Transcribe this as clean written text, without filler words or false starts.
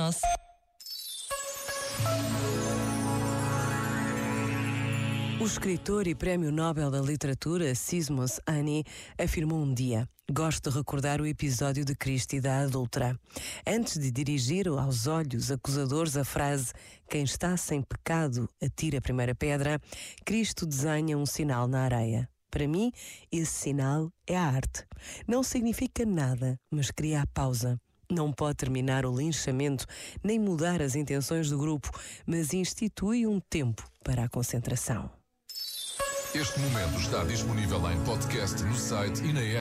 nosso. O escritor e Prémio Nobel da Literatura, Sismos Ani, afirmou um dia: gosto de recordar o episódio de Cristo e da adúltera. Antes de dirigir aos olhos acusadores a frase "quem está sem pecado, atira a primeira pedra", Cristo desenha um sinal na areia. Para mim, esse sinal é a arte. Não significa nada, mas cria a pausa. Não pode terminar o linchamento, nem mudar as intenções do grupo, mas institui um tempo para a concentração. Este momento está disponível em podcast no site e na app.